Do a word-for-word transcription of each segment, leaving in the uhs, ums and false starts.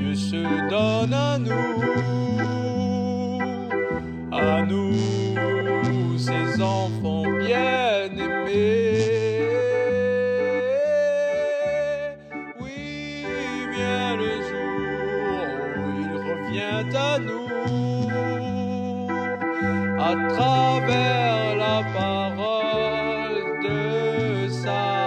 Dieu se donne à nous, à nous, ses enfants bien-aimés. Oui, vient le jour où il revient à nous, à travers la parole de sa.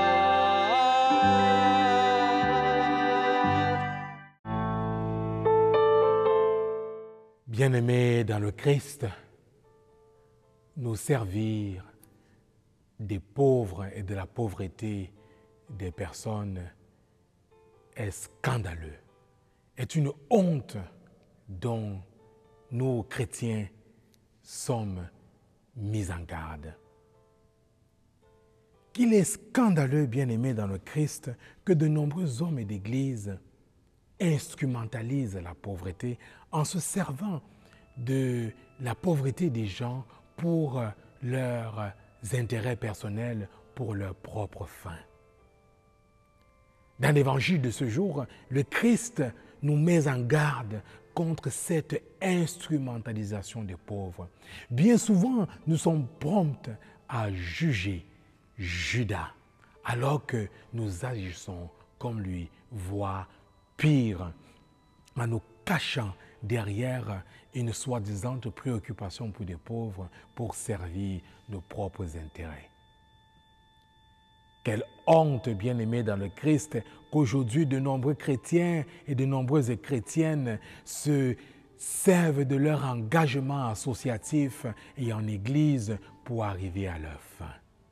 Bien-aimés dans le Christ, nous servir des pauvres et de la pauvreté des personnes est scandaleux, est une honte dont nous, chrétiens, sommes mis en garde. Qu'il est scandaleux, bien-aimés dans le Christ, que de nombreux hommes d'Église instrumentalisent la pauvreté en se servant de la pauvreté des gens pour leurs intérêts personnels, pour leurs propres fins. Dans l'évangile de ce jour, le Christ nous met en garde contre cette instrumentalisation des pauvres. Bien souvent, nous sommes prompts à juger Judas, alors que nous agissons comme lui, voire pire, en nous cachant derrière une soi-disant préoccupation pour des pauvres pour servir nos propres intérêts. Quelle honte, bien-aimés dans le Christ, qu'aujourd'hui de nombreux chrétiens et de nombreuses chrétiennes se servent de leur engagement associatif et en Église pour arriver à leur fin.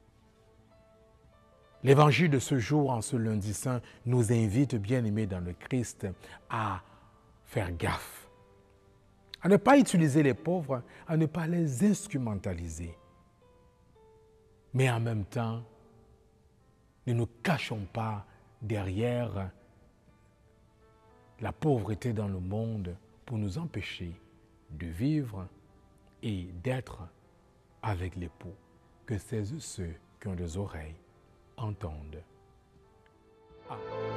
L'évangile de ce jour, en ce lundi saint, nous invite, bien-aimés dans le Christ, à faire gaffe, à ne pas utiliser les pauvres, à ne pas les instrumentaliser. Mais en même temps, ne nous cachons pas derrière la pauvreté dans le monde pour nous empêcher de vivre et d'être avec l'époux. Que ceux ceux qui ont des oreilles entendent. Amen.